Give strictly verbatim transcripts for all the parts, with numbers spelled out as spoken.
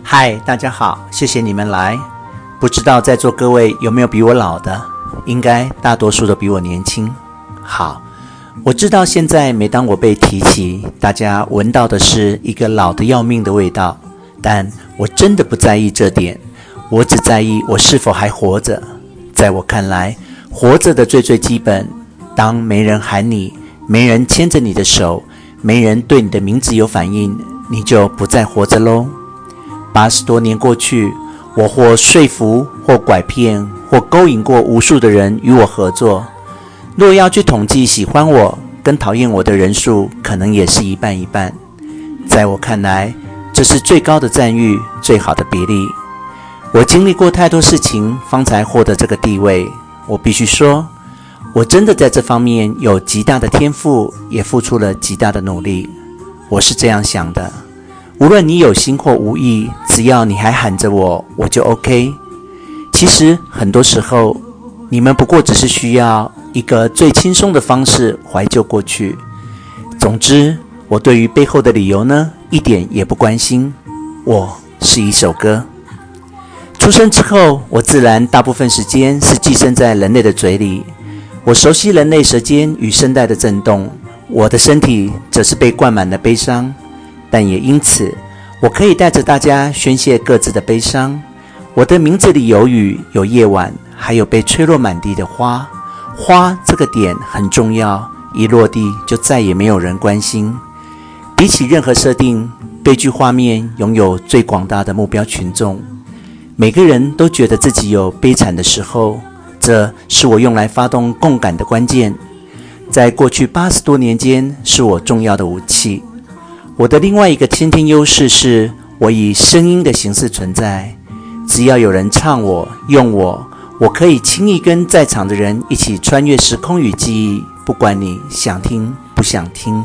嗨，大家好，谢谢你们来。不知道在座各位有没有比我老的？应该大多数都比我年轻。好，我知道现在每当我被提起，大家闻到的是一个老得要命的味道，但我真的不在意这点，我只在意我是否还活着。在我看来，活着的最最基本，当没人喊你，没人牵着你的手，没人对你的名字有反应，你就不再活着咯。八十多年过去，我或说服，或拐骗，或勾引过无数的人与我合作。若要去统计喜欢我跟讨厌我的人数，可能也是一半一半。在我看来，这是最高的赞誉，最好的比例。我经历过太多事情，方才获得这个地位。我必须说，我真的在这方面有极大的天赋，也付出了极大的努力。我是这样想的，无论你有心或无意，只要你还喊着我，我就 OK。 其实很多时候，你们不过只是需要一个最轻松的方式怀旧过去。总之，我对于背后的理由呢，一点也不关心。我是一首歌。出生之后，我自然大部分时间是寄生在人类的嘴里。我熟悉人类舌尖与声带的震动，我的身体则是被灌满了悲伤。但也因此，我可以带着大家宣泄各自的悲伤。我的名字里有雨，有夜晚，还有被吹落满地的花。花这个点很重要，一落地就再也没有人关心。比起任何设定，悲剧画面拥有最广大的目标群众。每个人都觉得自己有悲惨的时候，这是我用来发动共感的关键。在过去八十多年间，是我重要的武器。我的另外一个先天优势是，我以声音的形式存在。只要有人唱我、用我，我可以轻易跟在场的人一起穿越时空与记忆，不管你想听不想听。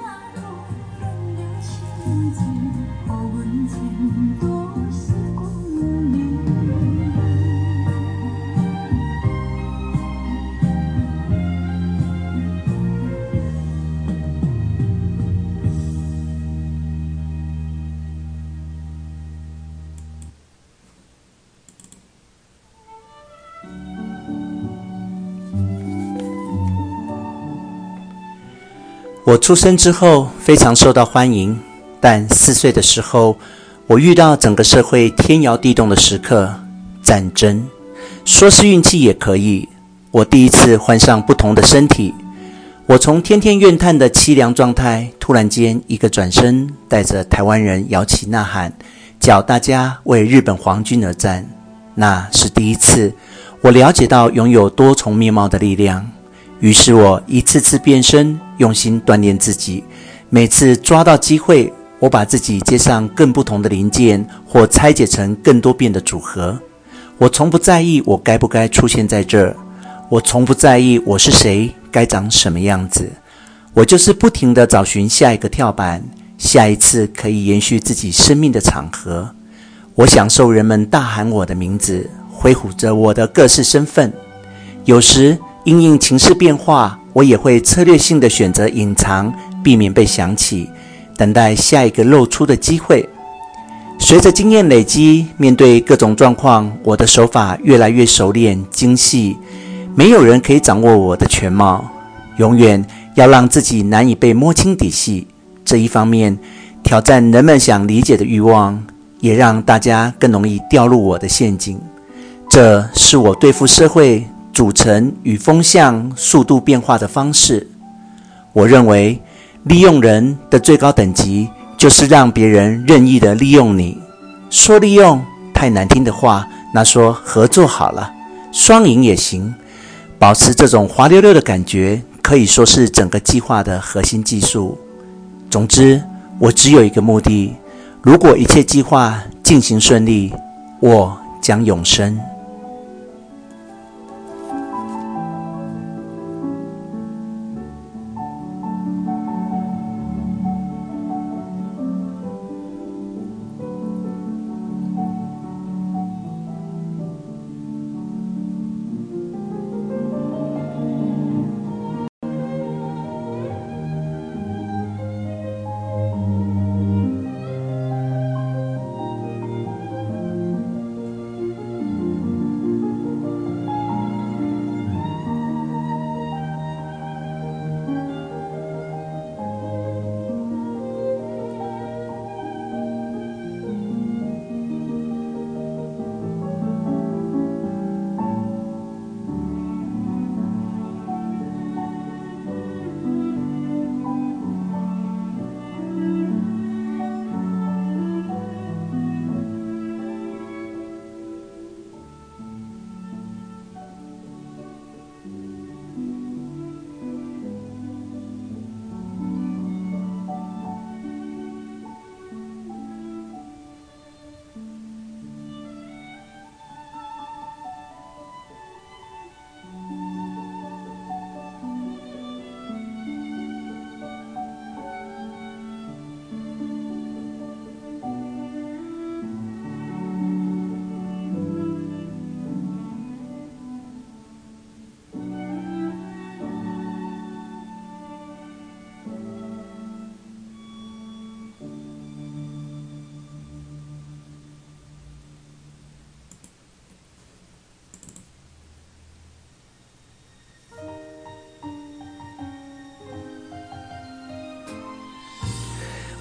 我出生之后非常受到欢迎，但四岁的时候，我遇到整个社会天摇地动的时刻——战争。说是运气也可以，我第一次换上不同的身体。我从天天怨叹的凄凉状态，突然间一个转身，带着台湾人摇旗呐喊，叫大家为日本皇军而战。那是第一次，我了解到拥有多重面貌的力量。于是我一次次变身，用心锻炼自己。每次抓到机会，我把自己接上更不同的零件，或拆解成更多变的组合。我从不在意我该不该出现在这儿，我从不在意我是谁，该长什么样子。我就是不停地找寻下一个跳板，下一次可以延续自己生命的场合。我享受人们大喊我的名字，挥舞着我的各式身份。有时因应情势变化，我也会策略性的选择隐藏，避免被想起，等待下一个露出的机会。随着经验累积，面对各种状况，我的手法越来越熟练精细。没有人可以掌握我的全貌，永远要让自己难以被摸清底细。这一方面挑战人们想理解的欲望，也让大家更容易掉入我的陷阱。这是我对付社会组成与风向速度变化的方式。我认为利用人的最高等级就是让别人任意的利用你。说利用太难听的话，那说合作好了，双赢也行。保持这种滑溜溜的感觉，可以说是整个计划的核心技术。总之，我只有一个目的，如果一切计划进行顺利，我将永生。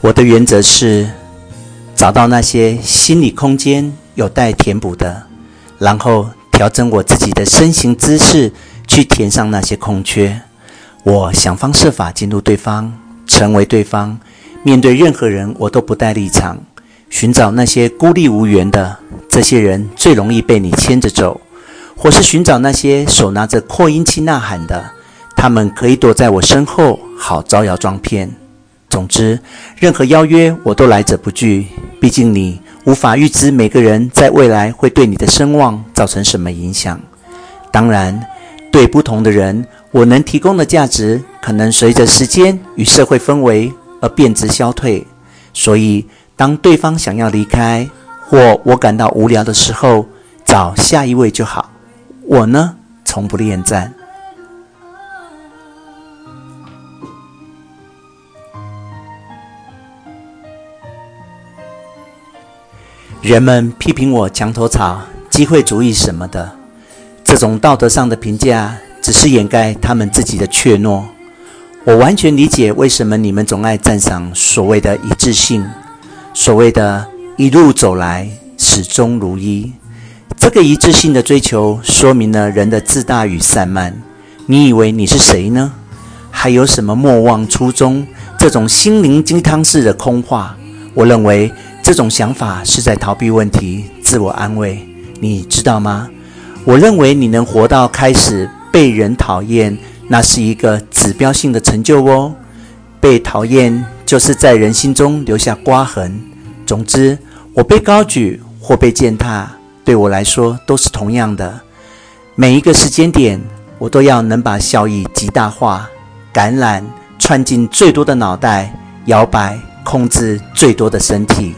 我的原则是找到那些心理空间有待填补的，然后调整我自己的身形姿势去填上那些空缺。我想方设法进入对方，成为对方，面对任何人我都不带立场，寻找那些孤立无援的，这些人最容易被你牵着走，或是寻找那些手拿着扩音器呐喊的，他们可以躲在我身后，好招摇撞骗。总之，任何邀约我都来者不拒，毕竟你无法预知每个人在未来会对你的声望造成什么影响。当然，对不同的人，我能提供的价值可能随着时间与社会氛围而变质消退。所以，当对方想要离开，或我感到无聊的时候，找下一位就好。我呢，从不恋战。人们批评我墙头草、机会主义什么的，这种道德上的评价只是掩盖他们自己的怯懦。我完全理解为什么你们总爱赞赏所谓的一致性，所谓的一路走来始终如一。这个一致性的追求说明了人的自大与散漫。你以为你是谁呢？还有什么莫忘初衷，这种心灵鸡汤式的空话，我认为这种想法是在逃避问题，自我安慰。你知道吗？我认为你能活到开始被人讨厌，那是一个指标性的成就哦。被讨厌就是在人心中留下刮痕。总之，我被高举或被践踏，对我来说都是同样的。每一个时间点，我都要能把效益极大化，感染窜进最多的脑袋，摇摆控制最多的身体。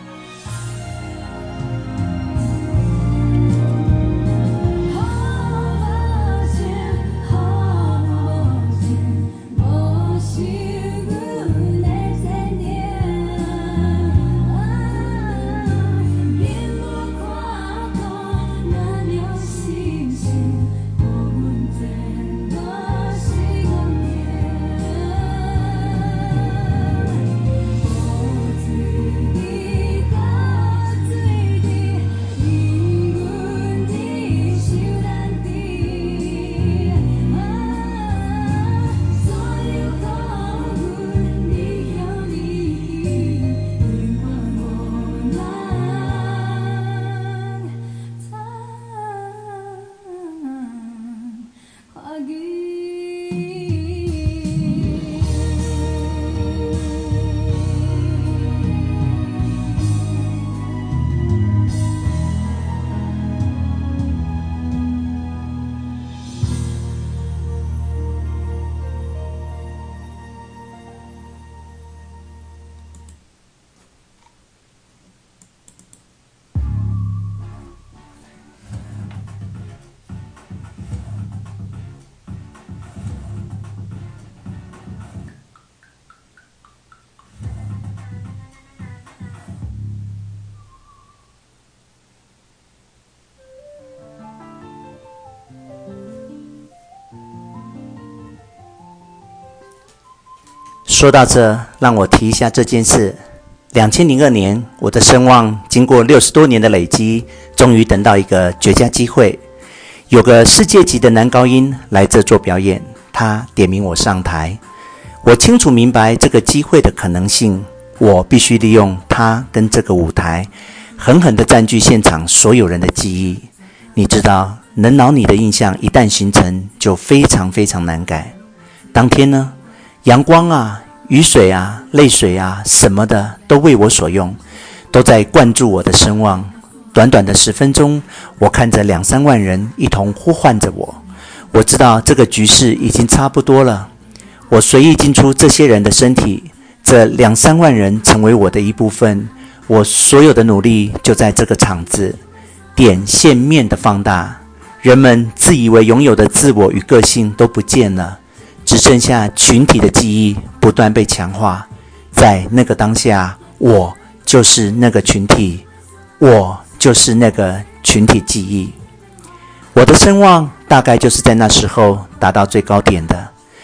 说到这，让我提一下这件事。二零零二年，我的声望经过六十多年的累积，终于等到一个绝佳机会。有个世界级的男高音来这做表演，他点名我上台。我清楚明白这个机会的可能性，我必须利用它跟这个舞台，狠狠地占据现场所有人的记忆。你知道，能挠你的印象一旦形成，就非常非常难改。当天呢，阳光啊，雨水啊，泪水啊，什么的都为我所用，都在灌注我的声望。短短的十分钟，我看着两三万人一同呼唤着我，我知道这个局势已经差不多了。我随意进出这些人的身体，这两三万人成为我的一部分。我所有的努力就在这个场子点线面的放大，人们自以为拥有的自我与个性都不见了，只剩下群体的记忆不断被强化。在那个当下，我就是那个群体，我就是那个群体记忆。我的声望大概就是在那时候达到最高点的。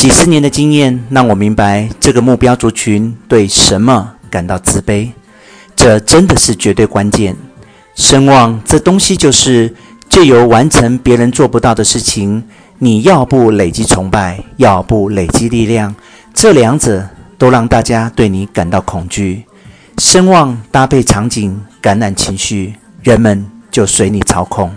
几十年的经验让我明白，这个目标族群对什么感到自卑，这真的是绝对关键。声望这东西就是借由完成别人做不到的事情，你要不累积崇拜，要不累积力量，这两者都让大家对你感到恐惧。声望搭配场景感染情绪，人们就随你操控。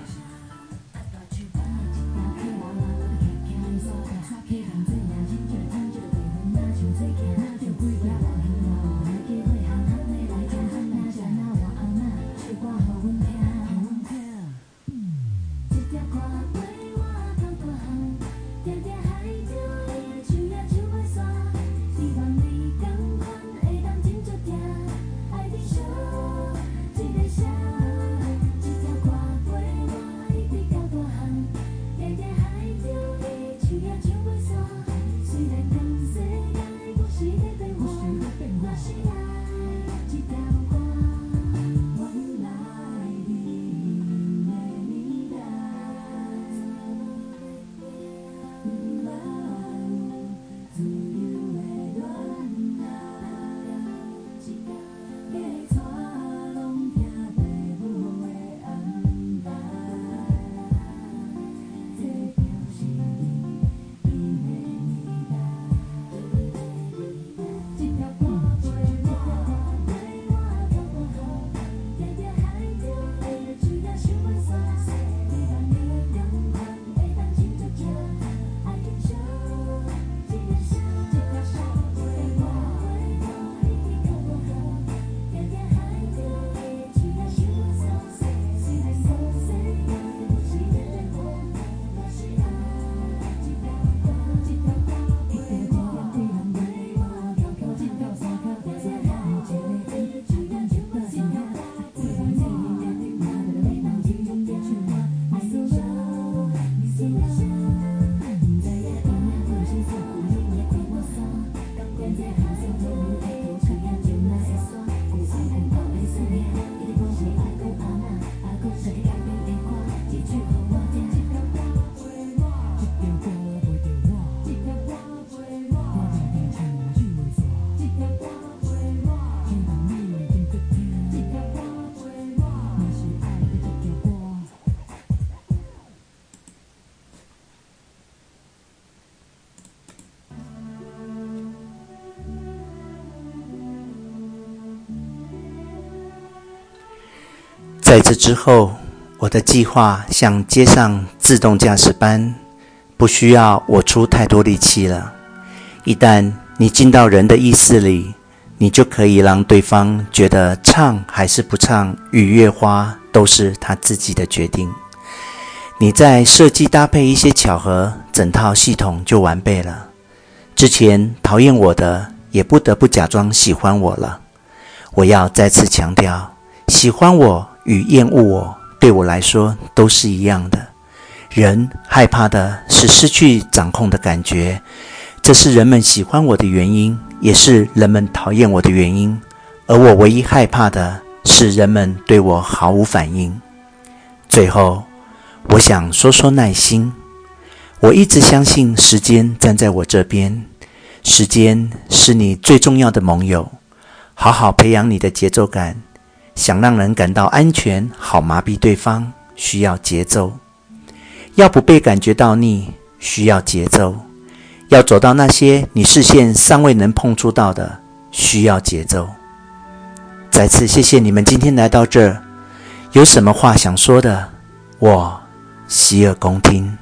在这之后，我的计划像接上自动驾驶般，不需要我出太多力气了。一旦你进到人的意识里，你就可以让对方觉得唱还是不唱雨月花都是他自己的决定。你再设计搭配一些巧合，整套系统就完备了。之前讨厌我的也不得不假装喜欢我了。我要再次强调，喜欢我与厌恶我对我来说都是一样的。人害怕的是失去掌控的感觉，这是人们喜欢我的原因，也是人们讨厌我的原因。而我唯一害怕的是人们对我毫无反应。最后，我想说说耐心。我一直相信时间站在我这边，时间是你最重要的盟友。好好培养你的节奏感，想让人感到安全，好麻痹对方，需要节奏。要不被感觉到腻，需要节奏。要走到那些你视线尚未能碰触到的，需要节奏。再次谢谢你们今天来到这儿，有什么话想说的，我洗耳恭听。